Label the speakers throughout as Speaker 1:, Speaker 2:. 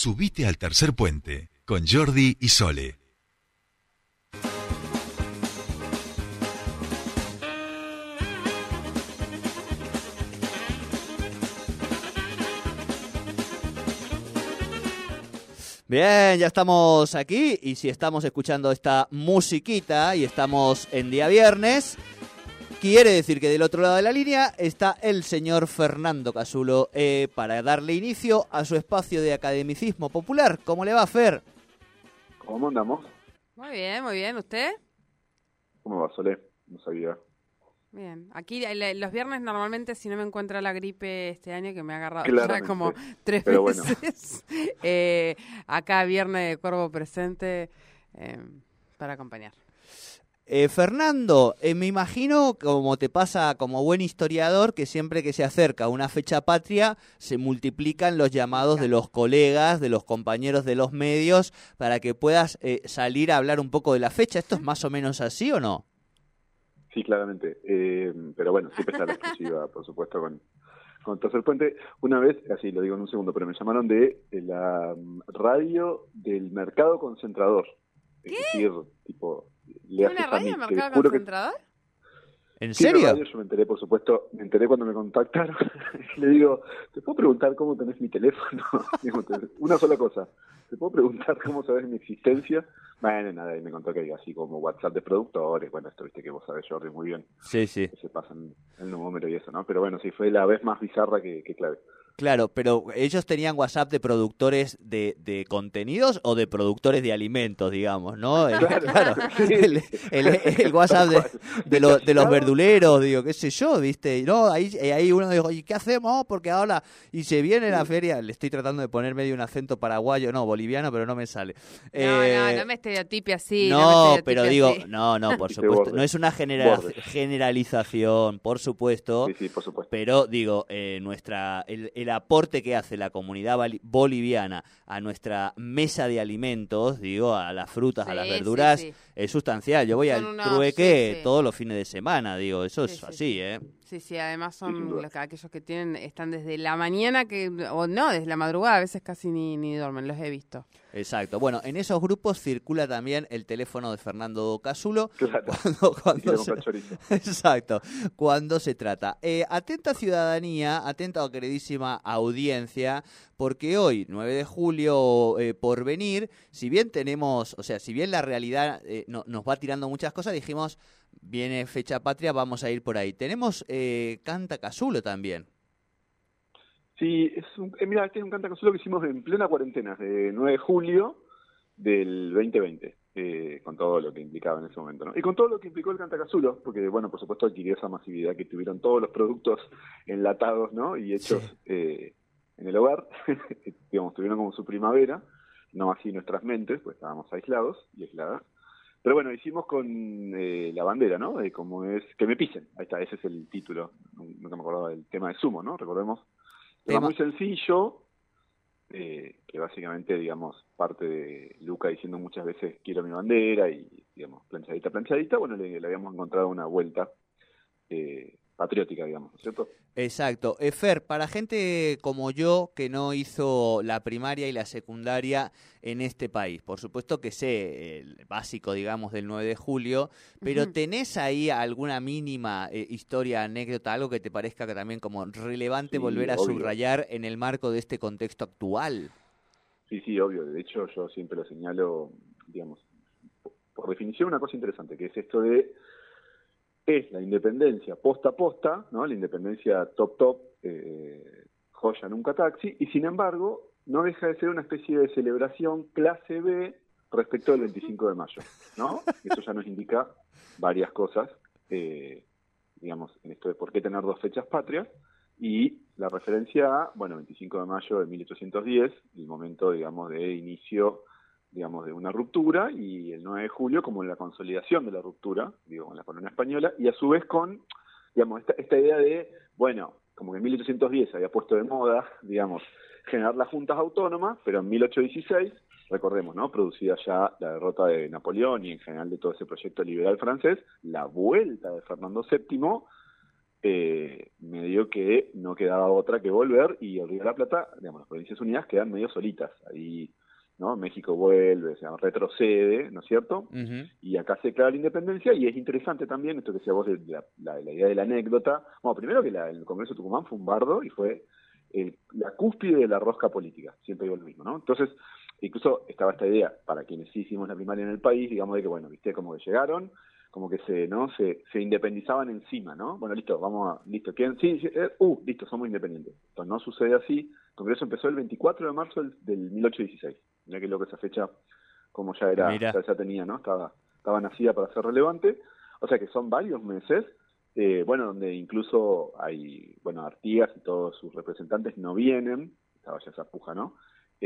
Speaker 1: Subite al tercer puente con Jordi y Sole.
Speaker 2: Bien, ya estamos aquí y si estamos escuchando esta musiquita y estamos en día viernes, quiere decir que del otro lado de la línea está el señor Fernando Casulo para darle inicio a su espacio de academicismo popular. ¿Cómo le va, Fer?
Speaker 3: ¿Cómo andamos?
Speaker 4: Muy bien. ¿Usted?
Speaker 3: ¿Cómo va, Sole? No sabía.
Speaker 4: Bien. Aquí los viernes normalmente, si no me encuentra la gripe este año, que me ha agarrado
Speaker 3: Claramente,
Speaker 4: ya como 3
Speaker 3: pero
Speaker 4: veces, bueno. Acá viernes de Cuervo presente para acompañar.
Speaker 2: Fernando, me imagino, como te pasa como buen historiador, que siempre que se acerca una fecha patria, se multiplican los llamados de los colegas, de los compañeros de los medios, para que puedas salir a hablar un poco de la fecha. ¿Esto es más o menos así o no?
Speaker 3: Sí, claramente. Pero bueno, siempre está la exclusiva, por supuesto, con Tercer Puente. Una vez, así lo digo en un segundo, pero me llamaron de la radio del Mercado Concentrador.
Speaker 4: ¿Qué?
Speaker 3: Es decir, tipo...
Speaker 4: ¿Una radio del Mercado Concentrador?
Speaker 2: ¿En
Speaker 3: Sí,
Speaker 2: serio?
Speaker 3: Radio, yo me enteré, por supuesto, cuando me contactaron. Le digo, ¿te puedo preguntar cómo tenés mi teléfono? Una sola cosa. ¿Te puedo preguntar cómo sabes mi existencia? Bueno, nada, y me contó que hay así como WhatsApp de productores. Bueno, esto viste que vos sabés, Jordi, muy bien.
Speaker 2: Sí.
Speaker 3: Que se pasan el número y eso, ¿no? Pero bueno, sí, fue la vez más bizarra que clave.
Speaker 2: Claro, pero ¿ellos tenían WhatsApp de productores de contenidos o de productores de alimentos, digamos, no? Claro. El WhatsApp de los verduleros, digo, qué sé yo, ¿viste? No, ahí uno dijo, ¿y qué hacemos? Porque ahora, y se viene la feria, le estoy tratando de poner medio un acento paraguayo, no, boliviano, pero no me sale.
Speaker 4: No me estereotipe así.
Speaker 2: No, pero digo,
Speaker 4: así.
Speaker 2: no, por supuesto, no es una generalización, por supuesto.
Speaker 3: Sí, por supuesto.
Speaker 2: Pero digo, el aporte que hace la comunidad boliviana a nuestra mesa de alimentos, digo, a las frutas, a las verduras, es sustancial. Yo voy al trueque todos los fines de semana, digo, eso es así, ¿eh?
Speaker 4: Sí, además son aquellos que están desde la mañana, desde la madrugada, a veces casi ni duermen, los he visto.
Speaker 2: Exacto. Bueno, en esos grupos circula también el teléfono de Fernando Casulo.
Speaker 3: Claro.
Speaker 2: Exacto. Cuando se trata. Atenta ciudadanía, atenta queridísima audiencia, porque hoy, 9 de julio, por venir, si bien la realidad nos va tirando muchas cosas, dijimos, viene fecha patria, vamos a ir por ahí. Tenemos Canta Casulo también.
Speaker 3: Sí, mira, este es un Canta Casulo que hicimos en plena cuarentena, de 9 de julio del 2020, con todo lo que implicaba en ese momento, ¿no? Y con todo lo que implicó el Canta Casulo, porque, bueno, por supuesto adquirió esa masividad que tuvieron todos los productos enlatados, ¿no? Y hechos en el hogar, digamos, tuvieron como su primavera, no así nuestras mentes, pues estábamos aislados y aisladas. Pero bueno, hicimos con la bandera, ¿no? Como es, que me pisen, ahí está, ese es el título, nunca me acordaba del tema de Sumo, ¿no? Recordemos. Tema muy sencillo, que básicamente, digamos, parte de Luca diciendo muchas veces quiero mi bandera y, digamos, planchadita, bueno, le habíamos encontrado una vuelta patriótica, digamos, ¿no es cierto?
Speaker 2: Exacto. Fer, para gente como yo que no hizo la primaria y la secundaria en este país, por supuesto que sé el básico, digamos, del 9 de julio, pero ¿tenés ahí alguna mínima historia, anécdota, algo que te parezca que también como relevante volver a subrayar en el marco de este contexto actual?
Speaker 3: Sí, obvio. De hecho, yo siempre lo señalo, digamos, por definición, una cosa interesante, que es esto de es la independencia posta a posta, ¿no? La independencia top, joya nunca taxi, y sin embargo no deja de ser una especie de celebración clase B respecto del 25 de mayo, ¿no? Eso ya nos indica varias cosas, digamos, en esto de por qué tener dos fechas patrias, y la referencia a, 25 de mayo de 1810, el momento, digamos, de inicio, digamos, de una ruptura, y el 9 de julio como la consolidación de la ruptura, digo, con la colonia española, y a su vez con, digamos, esta idea de, como que en 1810 se había puesto de moda, digamos, generar las juntas autónomas, pero en 1816, recordemos, ¿no? Producida ya la derrota de Napoleón y en general de todo ese proyecto liberal francés, la vuelta de Fernando VII medio que no quedaba otra que volver, y el Río de la Plata, digamos, las Provincias Unidas quedan medio solitas. Ahí, ¿no? México vuelve, o sea, retrocede, ¿no es cierto?
Speaker 2: Ujú.
Speaker 3: Y acá se declara la independencia, y es interesante también esto que decía vos de la idea de la anécdota. Bueno, primero que el Congreso de Tucumán fue un bardo y fue la cúspide de la rosca política, siempre digo lo mismo, ¿no? Entonces, incluso estaba esta idea, para quienes sí hicimos la primaria en el país, digamos, de que, bueno, viste, como que llegaron, como que se independizaban encima, ¿no? Bueno, listo, listo, ¿quién? Sí, listo, somos independientes. Entonces no sucede así. El Congreso empezó el 24 de marzo del 1816. Mirá que loco esa fecha, como ya era,
Speaker 2: Mira.
Speaker 3: ya tenía, ¿no? Estaba nacida para ser relevante. O sea que son varios meses, bueno, donde incluso hay, bueno, Artigas y todos sus representantes no vienen, estaba ya esa puja, ¿no?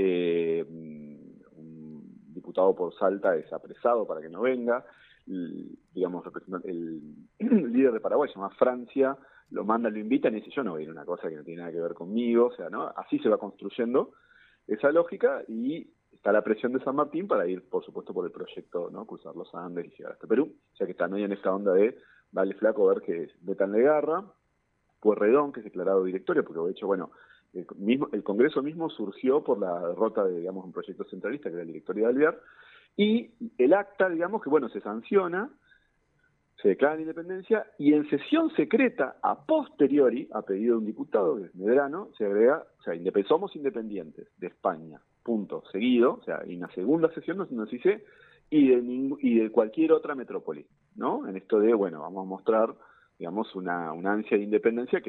Speaker 3: Un diputado por Salta es apresado para que no venga. Digamos, el líder de Paraguay, se llama Francia, lo manda, lo invitan y dice, yo no voy a ir a una cosa que no tiene nada que ver conmigo, o sea, ¿no? Así se va construyendo esa lógica, y está la presión de San Martín para ir, por supuesto, por el proyecto, ¿no? Cruzar los Andes y llegar hasta Perú, o sea que está medio en esta onda de vale flaco ver que Betán Legarra, Pueyrredón, que es declarado directorio, porque de hecho, bueno, el Congreso mismo surgió por la derrota de, digamos, un proyecto centralista que era el directorio de Alvear, y el acta, digamos, que bueno, se sanciona, se declara la independencia, y en sesión secreta, a posteriori, a pedido de un diputado, que es Medrano, se agrega, o sea, somos independientes de España, punto, seguido, o sea, en la segunda sesión nos dice, y de cualquier otra metrópoli, ¿no? En esto de, bueno, vamos a mostrar, digamos, una ansia de independencia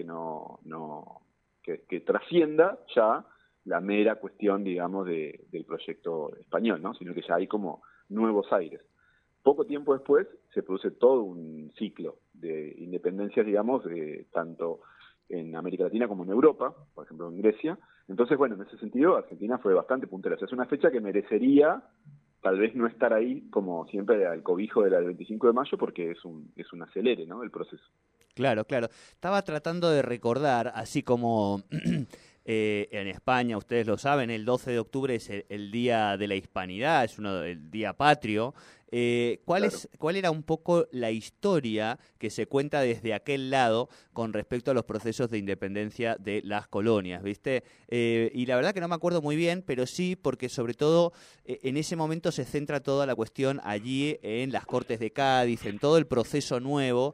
Speaker 3: que trascienda ya la mera cuestión, digamos, del proyecto español, ¿no? Sino que ya hay como nuevos aires. Poco tiempo después se produce todo un ciclo de independencias, digamos, tanto en América Latina como en Europa, por ejemplo en Grecia. Entonces, bueno, en ese sentido Argentina fue bastante puntera. O sea, es una fecha que merecería tal vez no estar ahí como siempre al cobijo de la del 25 de mayo, porque es un acelere, ¿no?, el proceso.
Speaker 2: Claro, claro. Estaba tratando de recordar, así como en España, ustedes lo saben, el 12 de octubre es el Día de la Hispanidad, es el Día Patrio.
Speaker 3: Claro.
Speaker 2: ¿Cuál era un poco la historia que se cuenta desde aquel lado con respecto a los procesos de independencia de las colonias, ¿viste? Y la verdad que no me acuerdo muy bien, pero sí porque sobre todo en ese momento se centra toda la cuestión allí en las Cortes de Cádiz, en todo el proceso nuevo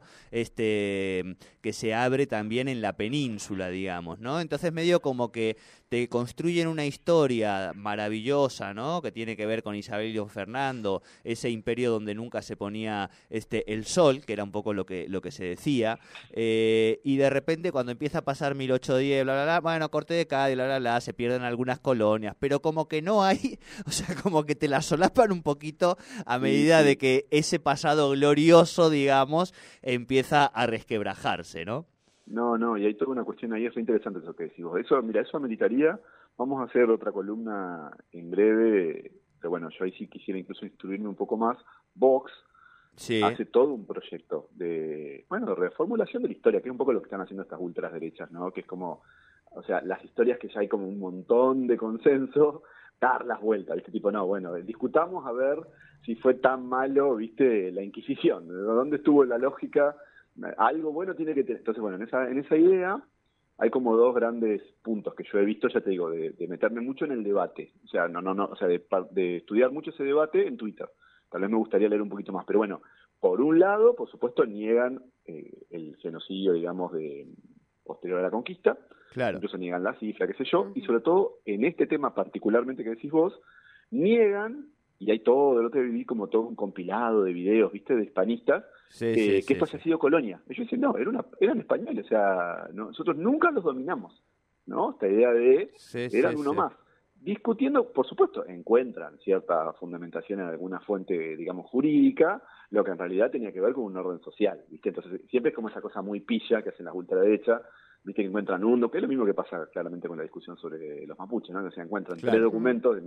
Speaker 2: que se abre también en la península, digamos, ¿no? Entonces medio como que te construyen una historia maravillosa, ¿no?, que tiene que ver con Isabel y don Fernando, ese imperio donde nunca se ponía el sol, que era un poco lo que se decía, y de repente cuando empieza a pasar 1810, bla, bla, bla, bueno, corte de Cádiz, bla, bla, bla, se pierden algunas colonias, pero como que no hay, o sea, como que te la solapan un poquito a medida de que ese pasado glorioso, digamos, empieza a resquebrajarse, ¿no?
Speaker 3: No, y hay toda una cuestión ahí, es interesante eso que decís vos. Eso ameritaría, vamos a hacer otra columna en breve, pero bueno, yo ahí sí quisiera incluso instruirme un poco más. Vox
Speaker 2: Sí.
Speaker 3: hace todo un proyecto de reformulación de la historia, que es un poco lo que están haciendo estas ultraderechas, ¿no? Que es como, o sea, las historias que ya hay como un montón de consenso, dar las vueltas, ¿viste? Tipo, no, bueno, discutamos a ver si fue tan malo, ¿viste? La Inquisición, ¿de dónde estuvo la lógica? Algo bueno tiene que tener. Entonces, bueno, en esa idea hay como dos grandes puntos que yo he visto, ya te digo, de meterme mucho en el debate. O sea, o sea, de estudiar mucho ese debate en Twitter. Tal vez me gustaría leer un poquito más. Pero bueno, por un lado, por supuesto, niegan el genocidio, digamos, posterior a la conquista.
Speaker 2: Claro.
Speaker 3: Incluso niegan la cifra, qué sé yo. Y sobre todo, en este tema particularmente que decís vos, niegan, y hay todo, el otro día viví como todo un compilado de videos, ¿viste?, de hispanistas, que esto haya sido colonia. Ellos dicen, no, eran españoles, o sea, nosotros nunca los dominamos, ¿no? Esta idea de eran uno más. Discutiendo, por supuesto, encuentran cierta fundamentación en alguna fuente, digamos, jurídica, lo que en realidad tenía que ver con un orden social, ¿viste? Entonces, siempre es como esa cosa muy pilla que hacen las ultraderechas, ¿viste?, que encuentran que es lo mismo que pasa claramente con la discusión sobre los mapuches, ¿no? Que se encuentran 3 documentos de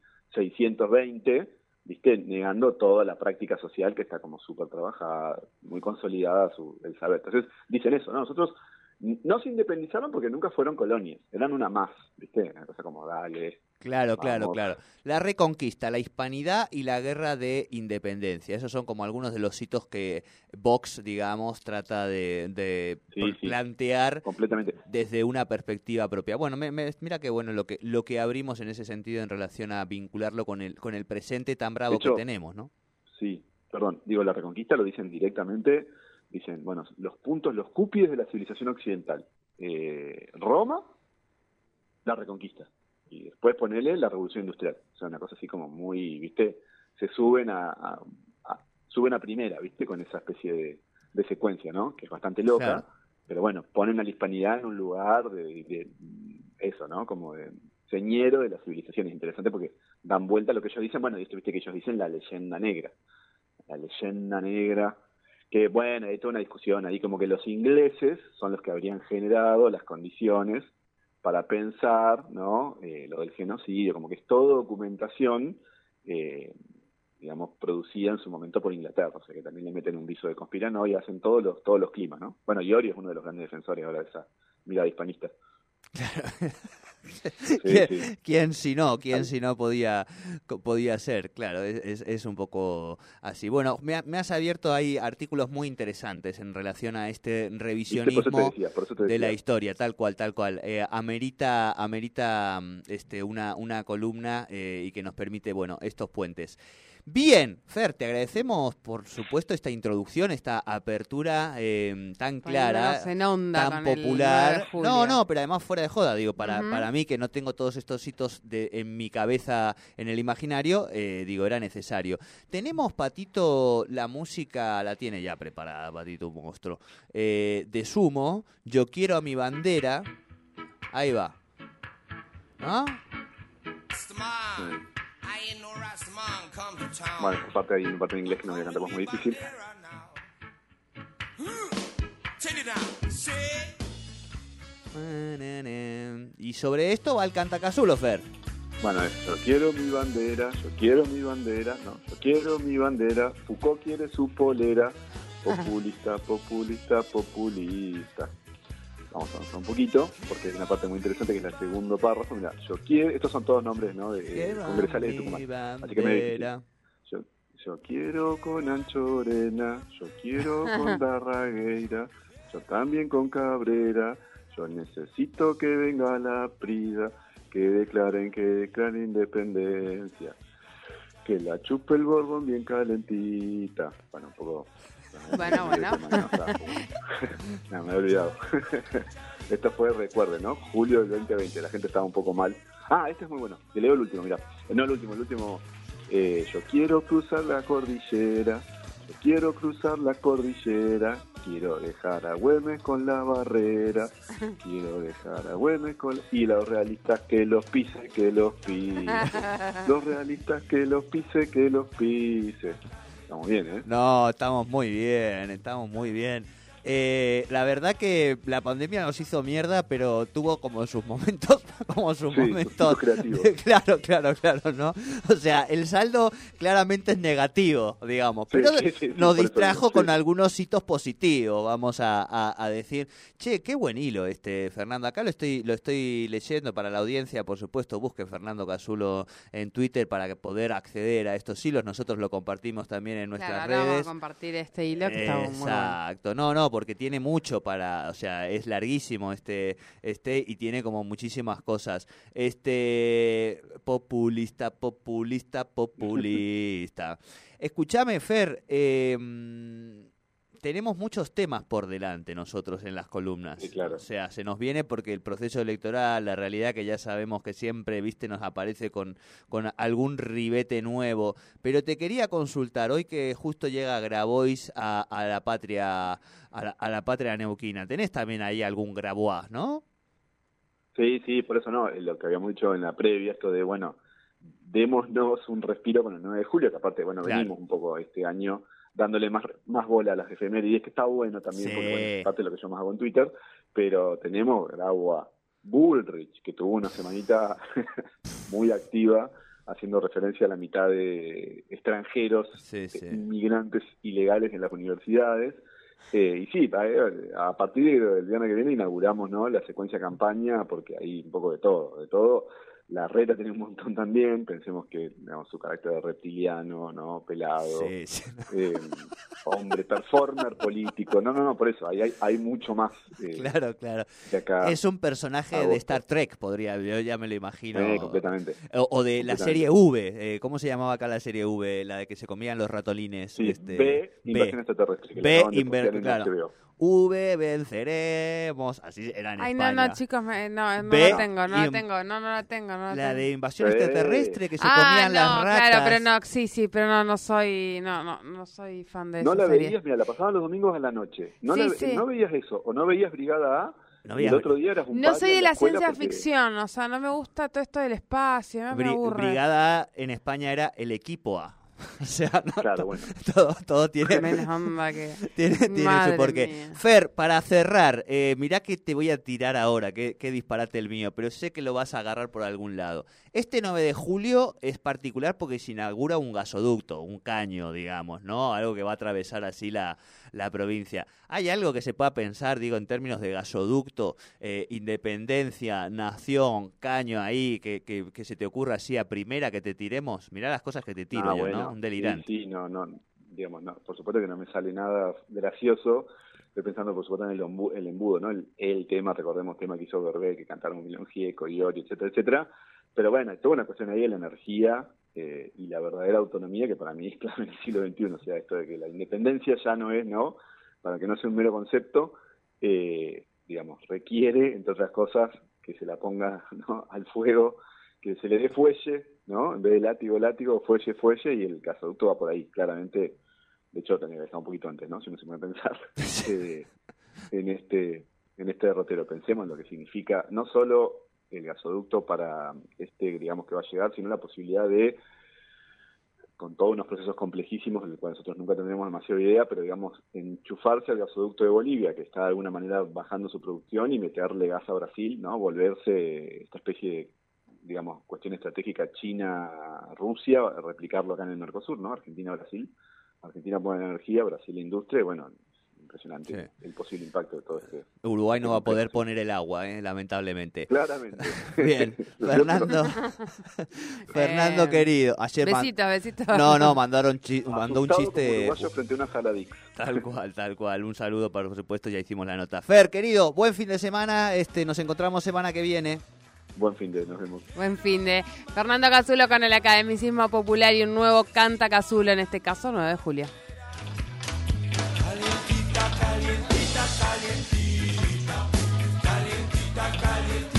Speaker 3: 1620, ¿viste?, negando toda la práctica social que está como súper trabajada, muy consolidada el saber. Entonces dicen eso, ¿no? Nosotros no se independizaron porque nunca fueron colonias, eran una más, ¿viste? Una cosa como, dale.
Speaker 2: Claro,
Speaker 3: vamos.
Speaker 2: claro. La Reconquista, la Hispanidad y la Guerra de Independencia. Esos son como algunos de los hitos que Vox, digamos, trata de plantear
Speaker 3: completamente
Speaker 2: desde una perspectiva propia. Bueno, mira qué bueno lo que abrimos en ese sentido en relación a vincularlo con el presente tan bravo que tenemos, ¿no?
Speaker 3: Sí, perdón, digo, la Reconquista lo dicen directamente, dicen, bueno, los cúpides de la civilización occidental. Roma, la Reconquista. Y después ponele la Revolución Industrial. O sea, una cosa así como muy, ¿viste? Se suben suben a primera, ¿viste? Con esa especie de secuencia, ¿no? Que es bastante loca. Claro. Pero bueno, ponen a la hispanidad en un lugar de eso, ¿no? Como de señero de la civilización. Es interesante porque dan vuelta a lo que ellos dicen. Bueno, viste que ellos dicen la leyenda negra. La leyenda negra, que bueno, hay toda una discusión ahí, como que los ingleses son los que habrían generado las condiciones para pensar, ¿no? Lo del genocidio, como que es toda documentación, digamos, producida en su momento por Inglaterra, o sea que también le meten un viso de conspiranoia y hacen todos los climas, ¿no? Bueno, Iorio es uno de los grandes defensores ahora de esa mirada hispanista.
Speaker 2: Claro.
Speaker 3: Sí.
Speaker 2: ¿Quién si no podía ser? Claro, es un poco así. Bueno, me has abierto ahí artículos muy interesantes en relación a este revisionismo por eso te decía. De la historia, tal cual. Amerita una columna y que nos permite, bueno, estos puentes. Bien, Fer, te agradecemos, por supuesto, esta introducción, esta apertura tan clara, tan popular. No, pero además fuera de joda, digo, para mí que no tengo todos estos hitos en mi cabeza, en el imaginario, era necesario. Tenemos, Patito, la música, la tiene ya preparada, Patito, un monstruo, de Sumo, Yo quiero a mi bandera, ahí va. ¿Ah?
Speaker 3: Bueno, aparte hay una parte en inglés que no voy a cantar, pues muy difícil.
Speaker 2: Y sobre esto va el cantacasulo, Fer.
Speaker 3: Bueno, yo quiero mi bandera, no, yo quiero mi bandera, Foucault quiere su polera, populista. Vamos a avanzar un poquito, porque hay una parte muy interesante que es el segundo párrafo. Mira, yo quiero, estos son todos nombres, ¿no? De congresales de Tucumán. Así que me dice, yo quiero con Anchorena, yo quiero con Darragueira, yo también con Cabrera, yo necesito que venga la Prida, que declaren independencia, que la chupe el Borbón bien calentita. Bueno, un poco...
Speaker 4: Bueno.
Speaker 3: No, me he olvidado. Esto fue, recuerden, ¿no? Julio del 2020, la gente estaba un poco mal. Este es muy bueno. Te leo el último, mira. No, el último. Yo quiero cruzar la cordillera, quiero dejar a Güemes con la barrera, y los realistas que los pise, los realistas que los pise. Estamos bien, ¿eh?
Speaker 2: No, estamos muy bien. La verdad que la pandemia nos hizo mierda, pero tuvo como sus momentos
Speaker 3: creativos.
Speaker 2: Claro, ¿no? O sea, el saldo claramente es negativo, digamos, pero nos distrajo con algunos hitos positivos, vamos a decir. Che, qué buen hilo Fernando. Acá lo estoy leyendo para la audiencia, por supuesto, busquen Fernando Casulo en Twitter para poder acceder a estos hilos. Nosotros lo compartimos también en nuestras redes.
Speaker 4: Vamos a compartir este hilo que está muy bueno.
Speaker 2: Exacto, no, porque tiene mucho o sea, es larguísimo y tiene como muchísimas cosas. Populista. Escuchame, Fer, tenemos muchos temas por delante nosotros en las columnas.
Speaker 3: Sí, claro.
Speaker 2: O sea, se nos viene porque el proceso electoral, la realidad que ya sabemos que siempre, nos aparece con algún ribete nuevo. Pero te quería consultar, hoy que justo llega Grabois a la patria neuquina, ¿tenés también ahí algún Grabois, no?
Speaker 3: Sí, por eso no, lo que habíamos dicho en la previa, esto de, bueno, démonos un respiro con el 9 de julio, que aparte, bueno,
Speaker 2: claro,
Speaker 3: venimos un poco este año dándole más bola a las efemérides, que está bueno también, porque bueno, es parte de lo que yo más hago en Twitter, pero tenemos Grabois, Bullrich, que tuvo una semanita muy activa, haciendo referencia a la mitad de extranjeros, inmigrantes ilegales en las universidades, Y sí, a partir del viernes que viene inauguramos, ¿no?, la secuencia campaña, porque hay un poco de todo. La Reta tiene un montón también, pensemos que, digamos, su carácter de reptiliano, ¿no?, pelado, hombre, performer, político, no, por eso, hay mucho más.
Speaker 2: Claro.
Speaker 3: De acá
Speaker 2: es un personaje de Star Trek, yo ya me lo imagino.
Speaker 3: Completamente.
Speaker 2: O de la serie V, ¿cómo se llamaba acá la serie V? La de que se comían los ratolines.
Speaker 3: Sí, Invasión Extraterrestre.
Speaker 2: Claro. V, venceremos. Así era en España.
Speaker 4: No, chicos, no la tengo.
Speaker 2: La de Invasión Extraterrestre, que se comían las ratas.
Speaker 4: Claro, pero no soy fan de esa
Speaker 3: ¿No la
Speaker 4: serie.
Speaker 3: veías? Mira, la pasaban los domingos a la noche. ¿No veías eso? ¿O no veías Brigada A? Y el otro día eras un
Speaker 4: No soy de la ciencia
Speaker 3: porque...
Speaker 4: ficción, o sea, no me gusta todo esto del espacio, me aburre.
Speaker 2: Brigada A en España era el equipo A. O sea, no,
Speaker 3: claro, bueno.
Speaker 2: todo tiene, tiene su porqué.
Speaker 4: Mía.
Speaker 2: Fer, para cerrar, mirá que te voy a tirar ahora, qué disparate el mío, pero sé que lo vas a agarrar por algún lado. Este 9 de julio es particular porque se inaugura un gasoducto, un caño, digamos, ¿no? Algo que va a atravesar así la provincia. ¿Hay algo que se pueda pensar, digo, en términos de gasoducto, independencia, nación, caño ahí, que se te ocurra así a primera que te tiremos? Mirá las cosas que te tiro yo,
Speaker 3: bueno,
Speaker 2: ¿no? Un delirante.
Speaker 3: Sí, digamos, por supuesto que no me sale nada gracioso. Estoy pensando, por supuesto, en el embudo, ¿no? El tema, recordemos, tema que hizo Verbé, que cantaron Milón Gieco, Iorio, etcétera. Pero bueno, hay toda una cuestión ahí de la energía y la verdadera autonomía, que para mí es clave en el siglo XXI. O sea, esto de que la independencia ya no es, ¿no?, para que no sea un mero concepto, digamos, requiere, entre otras cosas, que se la ponga, ¿no?, al fuego, que se le dé fuelle, ¿no? En vez de látigo, fuelle, y el gasoducto va por ahí, claramente. De hecho, tendría que estar un poquito antes, ¿no?, si uno se puede pensar en este derrotero. Pensemos en lo que significa no solo el gasoducto para digamos, que va a llegar, sino la posibilidad de, con todos unos procesos complejísimos, del cual nosotros nunca tendremos demasiada idea, pero digamos, enchufarse al gasoducto de Bolivia, que está de alguna manera bajando su producción, y meterle gas a Brasil, ¿no?, volverse esta especie de, digamos, cuestión estratégica China-Rusia, replicarlo acá en el Mercosur, ¿no? Argentina-Brasil. Argentina pone energía, Brasil industria, y bueno, impresionante el posible impacto de todo este.
Speaker 2: Uruguay no va a poder poner el agua, lamentablemente.
Speaker 3: Claramente.
Speaker 2: Bien, Fernando querido. Ayer
Speaker 4: Besitos.
Speaker 2: No, mandó un chiste.
Speaker 3: Uruguayo frente a una Saladix.
Speaker 2: Tal cual. Un saludo, por supuesto, ya hicimos la nota. Fer, querido, buen fin de semana. Nos encontramos semana que viene.
Speaker 3: Buen fin de, nos vemos.
Speaker 4: Buen fin de. Fernando Casulo con el academicismo popular y un nuevo Canta Casulo, en este caso 9 de julio.
Speaker 5: Calientita, calientita, calientita, calientita, calientita.